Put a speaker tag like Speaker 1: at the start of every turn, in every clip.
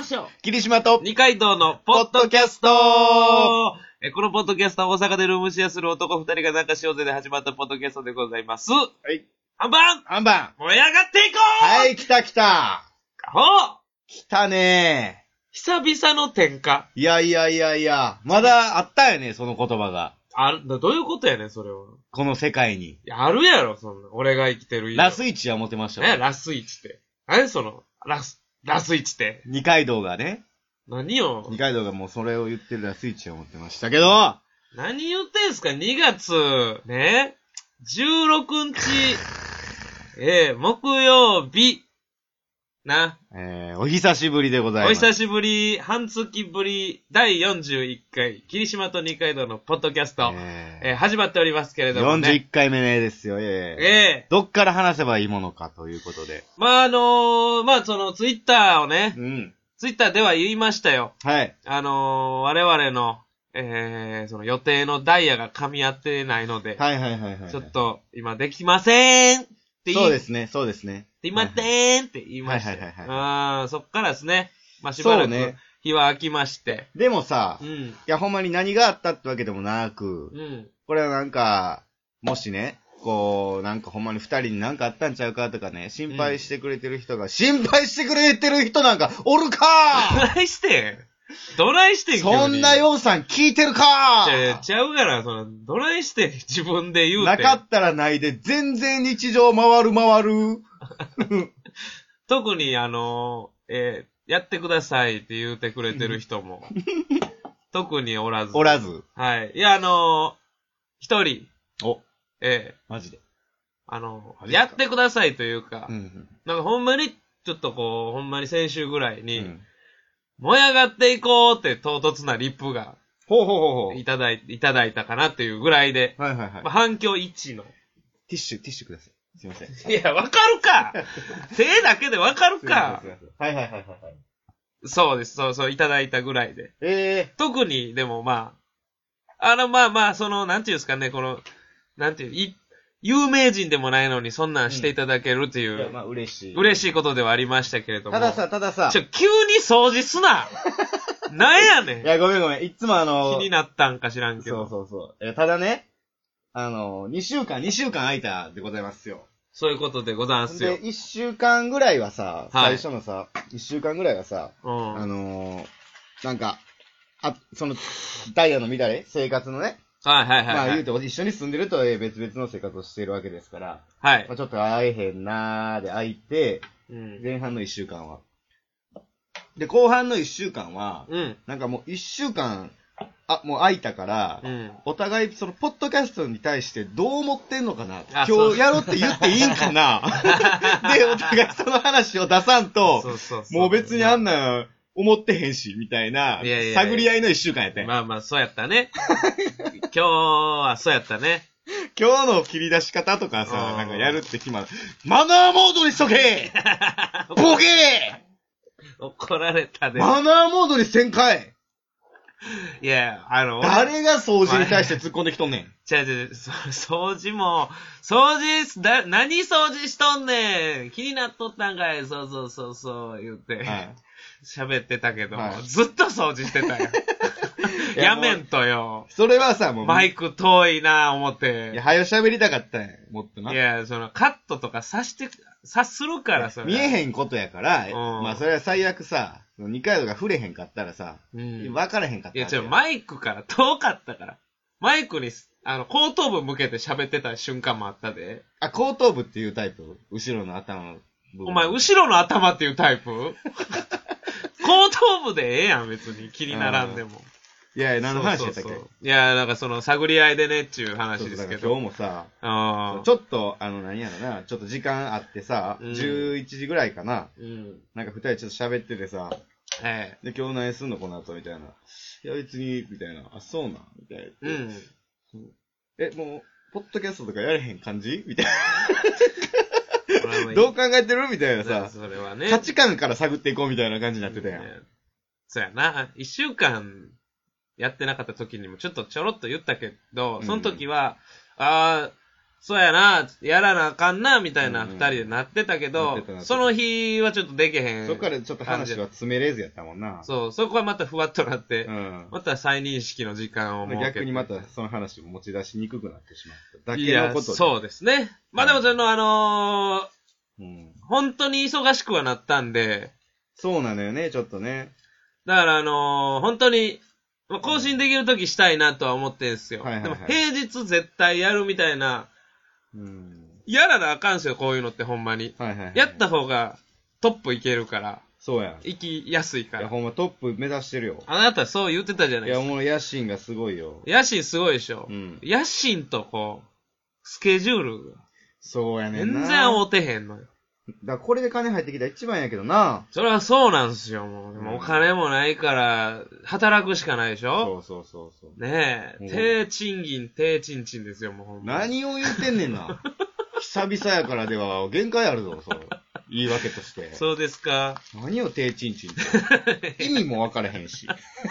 Speaker 1: しょう。
Speaker 2: 霧島と
Speaker 1: 二階堂のポッドキャスト。このポッドキャストは大阪でルームシェアする男二人がなんかしようぜで始まったポッドキャストでございます。
Speaker 2: はい。
Speaker 1: 半番
Speaker 2: 半番
Speaker 1: 盛り上がっていこう。
Speaker 2: はい、来た。
Speaker 1: ほう
Speaker 2: 来たね
Speaker 1: 久々の転化。
Speaker 2: いや。まだあったよね、その言葉が。
Speaker 1: どういうことやねん、それは。
Speaker 2: この世界に。
Speaker 1: いや、あるやろ、そんな。俺が生きてる以上。
Speaker 2: ラスイチは思ってましたよ。
Speaker 1: ラスイチって。何その、ラスイチって。
Speaker 2: 二階堂がね。
Speaker 1: 何よ。
Speaker 2: 二階堂がもうそれを言ってるラスイチは思ってましたけど。
Speaker 1: 何言ってんすか、2月、ね。16日、木曜日。な。
Speaker 2: お久しぶりでござい
Speaker 1: お
Speaker 2: ます。
Speaker 1: 久しぶり、半月ぶり、第41回、霧島と二階堂のポッドキャスト、始まっておりますけれどもね。
Speaker 2: 41回目ですよ、どっから話せばいいものかということで。
Speaker 1: まあそのツイッターをね、ツイッターでは言いましたよ。
Speaker 2: はい。
Speaker 1: 我々の、その予定のダイヤが噛み合ってないので、
Speaker 2: はい。
Speaker 1: ちょっと今できませんって
Speaker 2: そうですね。
Speaker 1: できませんって言いました。そっからですね。まあ、しばらく日は空きまして。
Speaker 2: でもさ、
Speaker 1: い
Speaker 2: やほんまに何があったってわけでもなく、これはなんか、もしね、こう、なんかほんまに二人になんかあったんちゃうかとかね、心配してくれてる人が、心配してくれてる人なんかおるか
Speaker 1: どないしてん
Speaker 2: そんなようさん聞いてるか
Speaker 1: ちゃうから、どないして自分で言うて。
Speaker 2: なかったらないで、全然日常回る。
Speaker 1: 特にやってくださいって言うてくれてる人も、特におらず。はい。いや、一人。
Speaker 2: マジで。
Speaker 1: やってくださいというか、なんかほんまに、ちょっとこう、ほんまに先週ぐらいに、燃え上がっていこうって唐突なリップが、いただいたかなっていうぐらいで、反響1の。
Speaker 2: ティッシュください。すいません。
Speaker 1: いや、わかるか手だけでわかるか
Speaker 2: はい。
Speaker 1: そうです、そう、いただいたぐらいで。特に、でもまあ、なんていうんですかね、なんていう、有名人でもないのにそんなんしていただけるっていう、
Speaker 2: まあ嬉し
Speaker 1: いことではありましたけれども。
Speaker 2: たださ。
Speaker 1: 急に掃除すななんやねん。
Speaker 2: いや、ごめん。いつも
Speaker 1: 気になったんか知らんけど。
Speaker 2: そう。ただね、2週間空いたでございますよ。
Speaker 1: そういうことでございますよ。
Speaker 2: で、1週間ぐらいはさ、最初のさ、1週間ぐらいはさ、なんか、その、ダイヤの乱れ生活のね。
Speaker 1: はい。
Speaker 2: まあ言うて、一緒に住んでると別々の生活をしているわけですから。
Speaker 1: はい。
Speaker 2: まあ、ちょっと会えへんなーで会いて、前半の1週間は。で、後半の1週間は、なんかもう1週間、もう空いたから、お互いそのポッドキャストに対してどう思ってんのかな、今日やろうって言っていいんかなで、お互いその話を出さんと、もう別にあんな思ってへんし、みたいな、探り合いの1週間やったん。
Speaker 1: まあ、そうやったね。今日はそうやったね。
Speaker 2: 今日の切り出し方とかさ、なんかやるって決まる。マナーモードにしとけボケ
Speaker 1: 怒られたで。
Speaker 2: マナーモードにせんかい
Speaker 1: いや、
Speaker 2: 誰が掃除に対して突っ込んできとんねん。
Speaker 1: 掃除も、何掃除しとんねん気になっとったんかいそう、言って、喋ってたけど、ずっと掃除してたよ。やめんとよ。
Speaker 2: それはさ、もう。マ
Speaker 1: イク遠いなぁ思って。
Speaker 2: いや、早喋りたかったんや。もっとな。
Speaker 1: いや、カットとか察するからさ。
Speaker 2: 見えへんことやから、まあそれは最悪さ、二階堂が触れへんかったらさ、分からへんかったら。
Speaker 1: いや、マイクから遠かったから。マイクに、後頭部向けて喋ってた瞬間もあったで。
Speaker 2: 後頭部っていうタイプ後ろの頭の部分。
Speaker 1: お前、後ろの頭っていうタイプ後頭部でええやん、別に。気にならんでも。
Speaker 2: いや、何の話やったっけ？
Speaker 1: いや、なんか探り合いでねっていう話ですけど。
Speaker 2: 今日もさ、ちょっと、何やろな、ちょっと時間あってさ、11時ぐらいかな。なんか二人ちょっと喋っててさ、で、今日何すんのこの後みたいな。いや、別に、みたいな。あ、そうなんみたいな。もう、ポッドキャストとかやれへん感じみたいな。どう考えてるみたいなさ、
Speaker 1: それはね。
Speaker 2: 価値観から探っていこうみたいな感じになってたやん。
Speaker 1: そうやな。1週間やってなかった時にもちょろっと言ったけど、その時は、 そうやな、やらなあかんな、みたいな二人でなってたけど、その日はちょっとできへん。
Speaker 2: そっからちょっと話は詰めれずやったもんな。
Speaker 1: そう、そこはまたふわっとなって、また再認識の時間を設けて。
Speaker 2: 逆にまたその話を持ち出しにくくなってしまっただけのことで。
Speaker 1: そうですね。まあでもその本当に忙しくはなったんで。
Speaker 2: そうなのよね、ちょっとね。
Speaker 1: だから本当に、更新できるときしたいなとは思ってんすよ。でも平日絶対やるみたいな、やらなあかんすよ、こういうのってほんまに。やった方がトップいけるから。
Speaker 2: そうや。
Speaker 1: 行きやすいから。
Speaker 2: いや、ほんまトップ目指してるよ。
Speaker 1: あなたそう言ってたじゃないですか。
Speaker 2: いや、もう野心がすごいよ。
Speaker 1: 野心すごいでしょ。野心とこう、スケジュールが。
Speaker 2: そうやねんな。
Speaker 1: 全然合うてへんのよ。
Speaker 2: だからこれで金入ってきたら一番やけどな。
Speaker 1: それはそうなんすよ、もう。でもお金もないから、働くしかないでしょ。
Speaker 2: そう。
Speaker 1: ねえ。低賃金、低賃金ですよ、もうほんま。
Speaker 2: 何を言ってんねんな。久々やからでは限界あるぞ、そう。言い訳として。
Speaker 1: そうですか。
Speaker 2: 何を低賃金って。意味も分からへんし。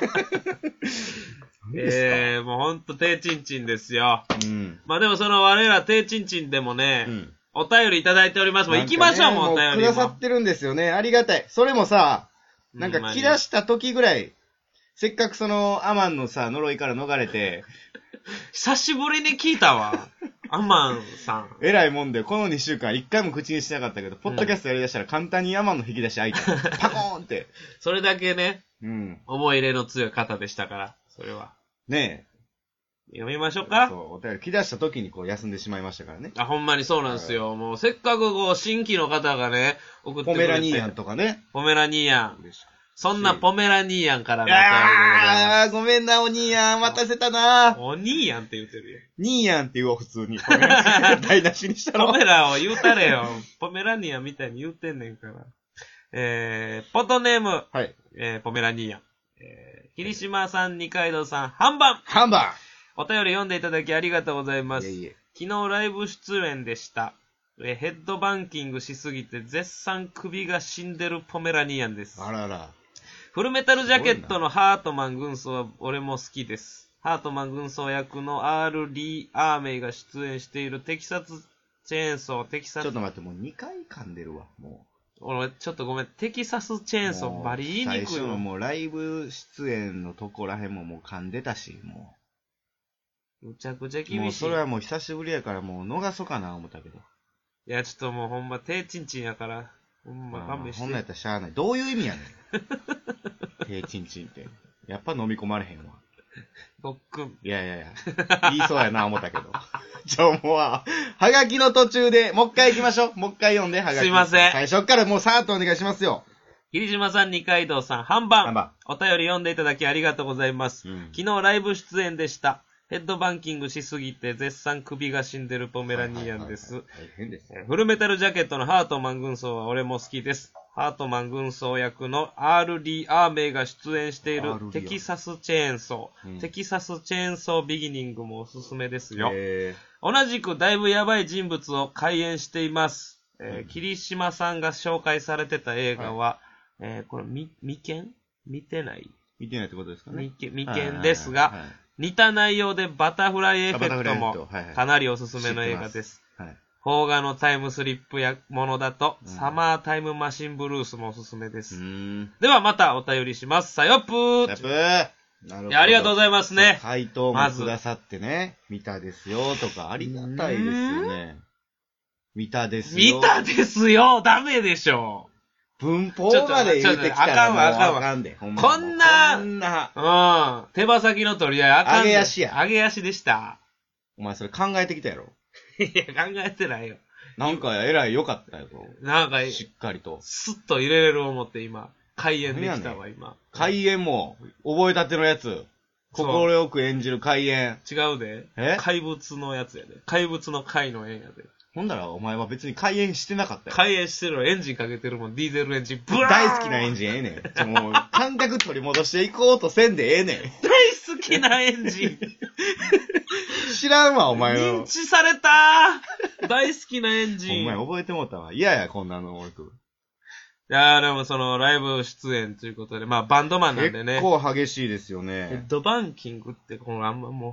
Speaker 1: もうほんと低賃金ですよ。まあでもその我ら低賃金でもね、お便りいただいております。もう行きましょう、もうお便りも。
Speaker 2: くださってるんですよね。ありがたい。それもさ、なんか来だした時ぐらい、せっかくそのアマンのさ、呪いから逃れて。
Speaker 1: 久しぶりに聞いたわ。アマンさん。
Speaker 2: えらいもんで、この2週間1回も口にしなかったけど、ポッドキャストやりだしたら簡単にアマンの引き出し開いた。パコーンって。
Speaker 1: それだけね、思い入れの強い方でしたから、それは。
Speaker 2: ねえ。
Speaker 1: 読みましょうか。
Speaker 2: そう、お便り来だした時にこう休んでしまいましたからね。
Speaker 1: ほんまにそうなんですよ。もうせっかくこう、新規の方がね、送ってくれて。
Speaker 2: ポメラニーヤンとかね。
Speaker 1: ポメラニーヤン。そんなポメラニーヤンからのお便
Speaker 2: りごめんな、お兄やん。待たせたな。
Speaker 1: お兄やんって言ってるよ。
Speaker 2: 兄やんって言おう、普通に。台無しにしたの。
Speaker 1: ポメラを言うたれよ。ポメラニーヤンみたいに言うてんねんから。ポトネーム。
Speaker 2: はい。
Speaker 1: ポメラニーヤン。霧島さん、二階堂さん、半番。お便り読んでいただきありがとうございます。昨日ライブ出演でした。ヘッドバンキングしすぎて絶賛首が死んでるポメラニアンです。
Speaker 2: あらら。
Speaker 1: フルメタルジャケットのハートマン軍曹は俺も好きです。ハートマン軍曹役の R. リー・アーメイが出演しているテキサスチェーンソー、
Speaker 2: ちょっと待って、もう2回噛んでるわ、も
Speaker 1: う。俺、ちょっとごめん、テキサスチェーンソーバリ言いにくいわ。
Speaker 2: 最初のもうライブ出演のとこらへんももう噛んでたし、もう。
Speaker 1: むちゃくちゃ厳しい。
Speaker 2: もうそれはもう久しぶりやからもう逃そうかな思ったけど。
Speaker 1: いや、ちょっともうほんま低チンチンやから、ほんま勘弁して。
Speaker 2: ほんなんやったらしゃあない。どういう意味やねん。低チンチンって。やっぱ飲み込まれへんわ。
Speaker 1: 僕。
Speaker 2: いや。言いそうやな思ったけど。もうはがきの途中で、もう一回行きましょう。もう一回読んで、はがき。
Speaker 1: すいません。
Speaker 2: 最初からもうさーっとお願いしますよ。
Speaker 1: 霧島さん、二階堂さん、半番。お便り読んでいただきありがとうございます。昨日ライブ出演でした。ヘッドバンキングしすぎて絶賛首が死んでるポメラニアンです。
Speaker 2: 大変です。
Speaker 1: フルメタルジャケットのハートマン軍曹は俺も好きです。ハートマン軍曹役の R. リー・アーメイが出演しているテキサスチェーンソー、テキサスチェーンソービギニングもおすすめですよ。同じくだいぶやばい人物を開演しています。霧島さんが紹介されてた映画は、これ未見てない
Speaker 2: ってことですかね。
Speaker 1: 未見ですが、似た内容でバタフライエフェクトもかなりおすすめの映画です。邦画のタイムスリップやものだと、サマータイムマシンブルースもおすすめです。ではまたお便りします。さよっぷー。なるほど。ありがとうございますね。
Speaker 2: 回答もくださってね。見たですよとかありがたいですよね。見たですよ。
Speaker 1: 見たですよダメでしょ。
Speaker 2: 文法まで言うてきたらもうあかんで。
Speaker 1: こんな、手羽先の取り合いあかんで。
Speaker 2: 揚げ足や。
Speaker 1: 揚げ足でした。
Speaker 2: お前それ考えてきたやろ。
Speaker 1: いや、考えてないよ。
Speaker 2: なんかえらい良かったよ。
Speaker 1: なんか、
Speaker 2: しっかりと。
Speaker 1: スッと入れれる思って今、開演できたわ、今。
Speaker 2: 開演も、覚えたてのやつ。心よく演じる開演。
Speaker 1: 違うで。怪物のやつやで。怪物の怪の演やで。
Speaker 2: ほんだらお前は別に開演してなかったよ。
Speaker 1: 開演してるわ。エンジンかけてるもん。ディーゼルエンジン。ブワー
Speaker 2: 大好きなエンジンええねん。もう、感覚取り戻していこうとせんでええねん。
Speaker 1: 大好きなエンジン。
Speaker 2: 知らんわ、お前
Speaker 1: は。認知されたー。大好きなエンジン。
Speaker 2: お前覚えてもったわ。嫌や、こんなの俺。い
Speaker 1: やー、でもその、ライブ出演ということで、まあ、バンドマンなんでね。
Speaker 2: 結構激しいですよね。
Speaker 1: ヘッドバンキングって、このあんまもう、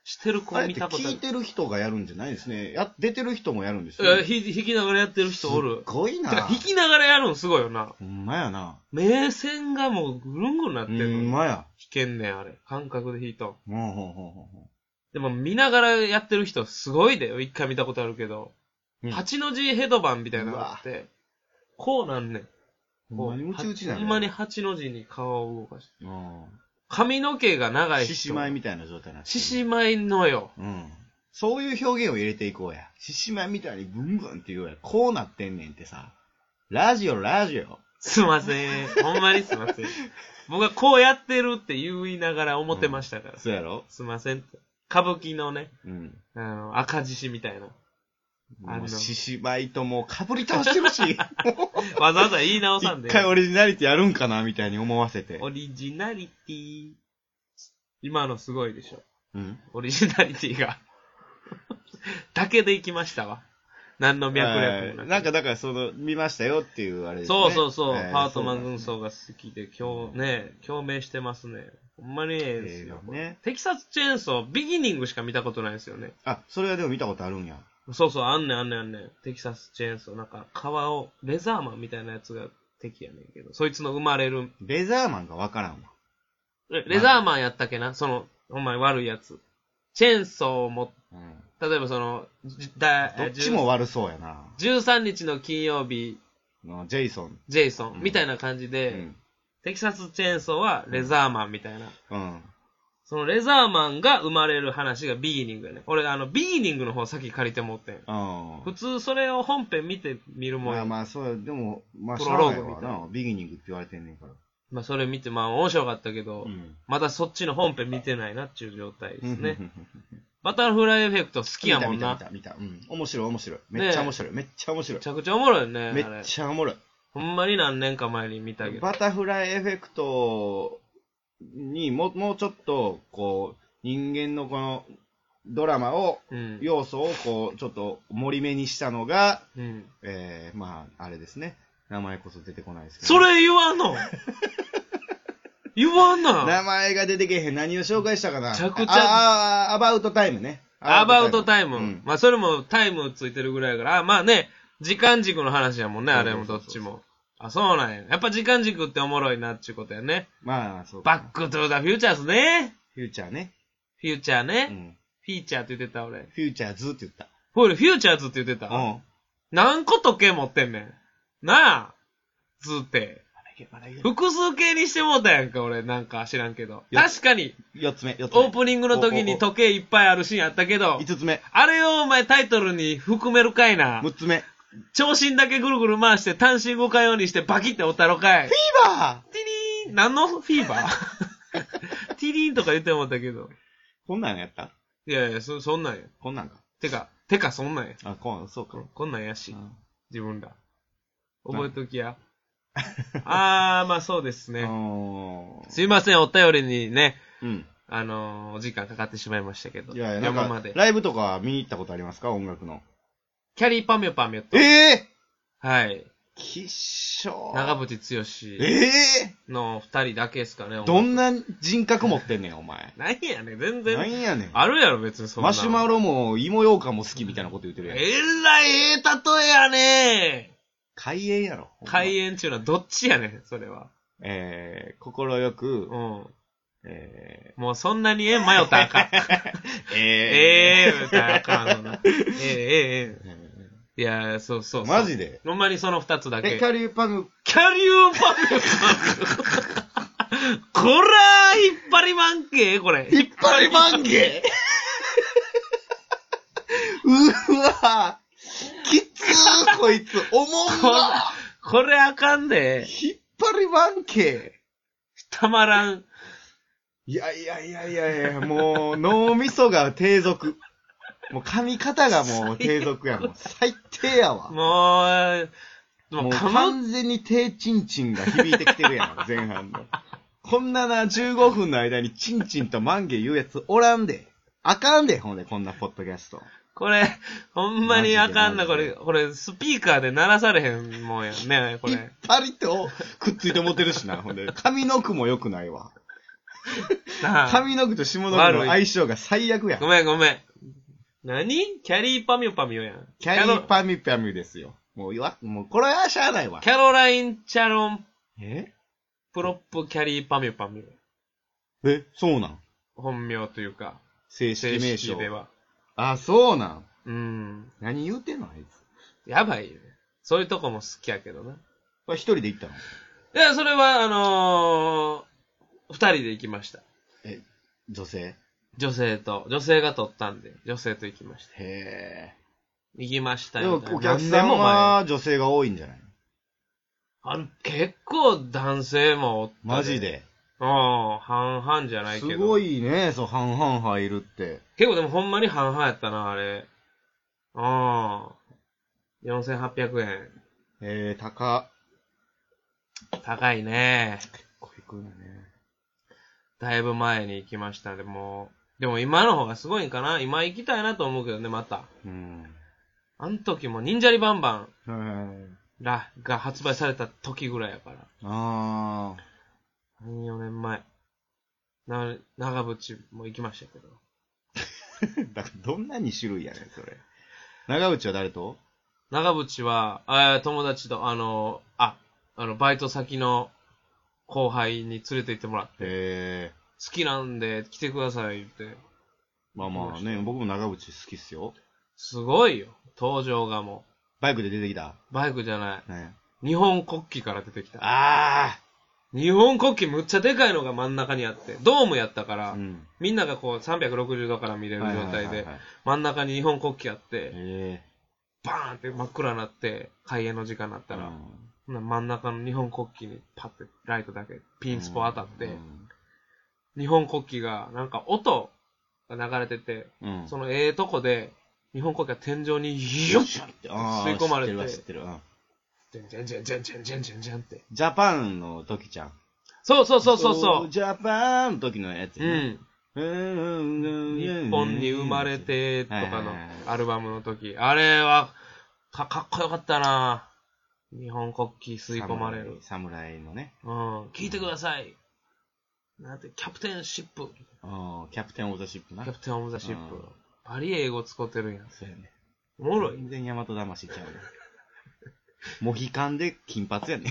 Speaker 1: してる子見たことある。
Speaker 2: 聞いてる人がやるんじゃないですね。出てる人もやるんですよ、
Speaker 1: ね。弾きながらやってる人おる。
Speaker 2: すごいな。
Speaker 1: 弾きながらやるのすごいよな。
Speaker 2: ほんまやな。
Speaker 1: 目線がもうぐるんぐるなってるの。
Speaker 2: ほんまや。弾
Speaker 1: けんねん、あれ。感覚で弾いた。でも見ながらやってる人すごいでよ。一回見たことあるけど。8の字ヘドバンみたいなのがあって、こうなんねん。
Speaker 2: ほんまにムチ打ちなの。
Speaker 1: ほんまに8の字に顔を動かして。髪の毛が長い人。
Speaker 2: 獅子舞みたいな状態なんです。
Speaker 1: 獅子舞のよ。
Speaker 2: そういう表現を入れていこうや。獅子舞みたいにブンブンって言うや。こうなってんねんってさ。ラジオ。
Speaker 1: すいません。ほんまにすいません。僕はこうやってるって言いながら思ってましたから。
Speaker 2: そうやろ？
Speaker 1: すいません。歌舞伎のね、赤獅子みたいな。
Speaker 2: 獅子舞ともう被り倒してるし。
Speaker 1: わざわざ言い直さんで。
Speaker 2: 一回オリジナリティやるんかなみたいに思わせて。
Speaker 1: オリジナリティ。今のすごいでしょ。オリジナリティが。だけで行きましたわ。何の脈略もなく。
Speaker 2: なんかだから見ましたよっていうあれですね。
Speaker 1: そう。ハートマン軍曹が好きで、今日ね、共鳴してますね。ほんまにええですよ。ね。テキサスチェーンソー、ビギニングしか見たことないですよね。
Speaker 2: あ、それはでも見たことあるんや。
Speaker 1: そう、あんねん。テキサスチェーンソー、なんか、レザーマンみたいなやつが敵やねんけど、そいつの生まれる。
Speaker 2: レザーマンがわからんわ。
Speaker 1: レザーマンやったっけなほんまに悪いやつ。チェーンソーも、例えばど
Speaker 2: っちも悪そうやな。
Speaker 1: 13日の金曜日
Speaker 2: のジェイソ
Speaker 1: ン、みたいな感じで、テキサスチェーンソーはレザーマンみたいな。そのレザーマンが生まれる話がビギニングやね。俺ビギニングの方先借りて持ってん。普通それを本編見るもんや。
Speaker 2: まあそうでも、プロローグみたいな。ビギニングって言われてんねんから。
Speaker 1: まあそれ見て、面白かったけど、まだそっちの本編見てないなっていう状態ですね。バタフライエフェクト好きやもんな。
Speaker 2: 見た。面白い。めっちゃ面白い。めちゃ
Speaker 1: くちゃおもろいよね。
Speaker 2: めっちゃおもろい。
Speaker 1: ほんまに何年か前に見たけど。
Speaker 2: バタフライエフェクトにもうちょっと、人間のこのドラマ要素をちょっと盛り目にしたのが、あれですね。名前こそ出てこないですけど、
Speaker 1: それ言わんの言わんな。
Speaker 2: 名前が出てけへん。何を紹介したかな。
Speaker 1: めちゃくちゃ。
Speaker 2: アバウトタイムね。
Speaker 1: アバウトタイム。まあそれもタイムついてるぐらいやから、まあね、時間軸の話やもんね、あれもどっちも。あ、そうなんや。やっぱ時間軸っておもろいなっていうことやね。
Speaker 2: まあ、そう。
Speaker 1: バックトゥーザフューチャーズね。
Speaker 2: フューチャーね。
Speaker 1: フューチャーね。フィーチャーって言ってた俺。
Speaker 2: フューチャーズって言った。
Speaker 1: 俺フューチャーズって言ってた。何個時計持ってんねん。なあ。ずって。複数形にしてもうたやんか、俺。なんか知らんけど。確かに。
Speaker 2: 4つ目。
Speaker 1: オープニングの時に時計いっぱいあるシーンあったけど。
Speaker 2: 5つ目。
Speaker 1: あれをお前タイトルに含めるかいな。
Speaker 2: 6つ目。
Speaker 1: 長針だけぐるぐる回して単身動かんようにしてバキっておったろかい。
Speaker 2: フィーバー
Speaker 1: ティリーン何のフィーバーティリーンとか言って思ったけど。
Speaker 2: こんなんやった？
Speaker 1: いや、そんなんや。
Speaker 2: こんなんか。
Speaker 1: てかそんなんや。
Speaker 2: あ、そうか。
Speaker 1: こんなんやし。自分ら。覚えときや。まあそうですね。すいません、お便りにね。お時間かかってしまいましたけど。
Speaker 2: いや、なんか、ライブとか見に行ったことありますか？音楽の。
Speaker 1: キャリーパミュパミュと。はい。
Speaker 2: きっしょー。
Speaker 1: 長渕剛。の二人だけですかね。
Speaker 2: どんな人格持ってんねん、お前。
Speaker 1: なんやねん、全然。
Speaker 2: なんやねん。
Speaker 1: あるやろ、別にそんな。
Speaker 2: マシュマロも芋羊羹も好きみたいなこと言ってるやん。
Speaker 1: らい例えやね
Speaker 2: 開演やろ。
Speaker 1: 開演っていうのはどっちやねん、それは。
Speaker 2: 心よく、
Speaker 1: もうそんなに迷ったらあかん。言ったらあかんのな。いや、そう。
Speaker 2: マジで
Speaker 1: ほんまにその二つだけ。
Speaker 2: キャリューパミュ。
Speaker 1: こら引っ張りまんけこれ。
Speaker 2: 引っ張りまんけうわきつーこいつ。おもんな
Speaker 1: これあかんで。
Speaker 2: 引っ張りまんけ
Speaker 1: たまらん。
Speaker 2: いや、もう、脳みそが低俗。もう噛み方がもう低俗やもん。最低やわ。もう完全に低チンチンが響いてきてるやん、前半の。こんな15分の間にチンチンとマンゲ言うやつおらんで。あかんで、ほんで、こんなポッドキャスト。
Speaker 1: これ、ほんまにあかんな、これ、スピーカーで鳴らされへんもんやね、これ。
Speaker 2: 引っ張りとくっついて持てるしな、ほんで。髪の毛も良くないわ。 上の句と下の句の相性が最悪やん。
Speaker 1: ごめん。何キャリーパミュパミュやん。
Speaker 2: キャリーパミュパミュですよ。もうこれはしゃあないわ。
Speaker 1: キャロライン・チャロン。プロップ・キャリーパミュパミ
Speaker 2: ュ。そうなん？
Speaker 1: 本名というか。
Speaker 2: 正式名称。
Speaker 1: では。
Speaker 2: あ、そうなん ？ 何言うてんのあい
Speaker 1: つ。やばいよね。そういうとこも好きやけどな。
Speaker 2: これ一人で行ったの？
Speaker 1: いや、それは、二人で行きました。
Speaker 2: 女性
Speaker 1: が取ったんで、女性と行きました。
Speaker 2: へ
Speaker 1: ー。行きましたよ。
Speaker 2: でもお客さんは女性が多いんじゃない？
Speaker 1: 結構男性もおった。
Speaker 2: マジで？
Speaker 1: 半々じゃないけど。
Speaker 2: すごいね、半々入るって。
Speaker 1: 結構でもほんまに半々やったな、あれ。4800円。高いね。
Speaker 2: 結構行くんだね。
Speaker 1: だいぶ前に行きましたね、もう。でも今の方がすごいんかな？今行きたいなと思うけどね、また。あの時も忍者リバンバンが発売された時ぐらいやから。3、4年前。長渕も行きましたけど。
Speaker 2: だからどんな2種類やねん、それ。長渕は誰と？
Speaker 1: 長渕は、友達と、バイト先の後輩に連れて行ってもらって。好きなんで来てくださいって。
Speaker 2: まあね、僕も長渕好きっすよ。
Speaker 1: すごいよ。登場がも
Speaker 2: う。バイクで出てきた？
Speaker 1: バイクじゃない。日本国旗から出てきた。日本国旗むっちゃでかいのが真ん中にあって、ドームやったから、みんながこう360度から見れる状態で、真ん中に日本国旗あって、バーンって真っ暗になって、開演の時間になったら、真ん中の日本国旗にパッてライトだけピンスポ当たって、日本国旗がなんか音が流れてて、そのとこで日本国旗が天井にヨッって吸い込まれて、
Speaker 2: 知ってる。
Speaker 1: ジャンジャンって。
Speaker 2: ジャパンの時ちゃん。
Speaker 1: そう。ジ
Speaker 2: ャパンの時のやつね。
Speaker 1: 日本に生まれてとかのアルバムの時。あれはかっこよかったな。日本国旗吸い込まれる。
Speaker 2: 侍のね。
Speaker 1: 聞いてください。なんて、キャプテンシップ。
Speaker 2: キャプテンオブザシップな。
Speaker 1: キャプテンオブザシップ。バリ英語使ってるんや。
Speaker 2: そうやね。
Speaker 1: おもろい。
Speaker 2: 全然大和魂ちゃうね。モヒカンで金髪やね。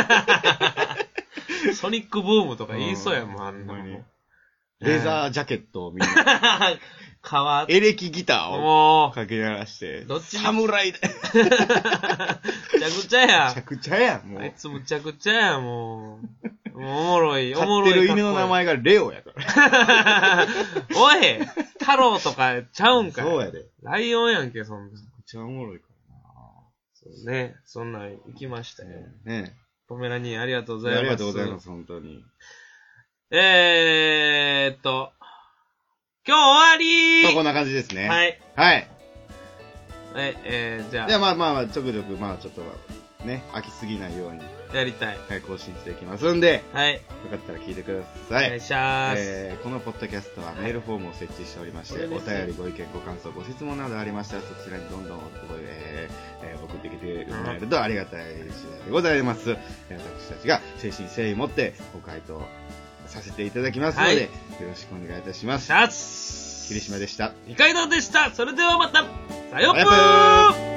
Speaker 1: ソニックブームとか言いそうやもん、あんなの。
Speaker 2: レザージャケットを見る。エレキギターをかけ鳴らして。
Speaker 1: どっち
Speaker 2: 侍で。
Speaker 1: むちゃくちゃや。
Speaker 2: むちゃくちゃや。
Speaker 1: あいつむちゃくちゃや、もう。おもろい。
Speaker 2: 飼ってる犬の名前がレオやから。
Speaker 1: おい太郎とかちゃうんかい。
Speaker 2: そうやで。
Speaker 1: ライオンやんけ、そんな。め
Speaker 2: ちゃくちゃおもろいからな。
Speaker 1: そうね。そんなん行きましたよ。
Speaker 2: ね。
Speaker 1: ポメラニーありがとうございます。
Speaker 2: ありがとうございます、本当に。
Speaker 1: 今日終わり
Speaker 2: こんな感じですね。
Speaker 1: はい。じゃあ。
Speaker 2: じゃあまあ、ちょくちょく、ちょっと、ね、飽きすぎないように。
Speaker 1: やりたい。
Speaker 2: はい、更新していきますんで。
Speaker 1: はい。
Speaker 2: よかったら聞いてください。
Speaker 1: お願いします。
Speaker 2: このポッドキャストはメールフォームを設置しておりまして、お便り、ご意見、ご感想、ご質問などありましたら、そちらにどんどん送ってきてもらえるとありがたい次第でございます。私たちが誠心誠意持ってご回答させていただきますので、よろしくお願いいたします。
Speaker 1: シャツ
Speaker 2: 霧島でした。
Speaker 1: 二階堂でした。それではまたさようなら。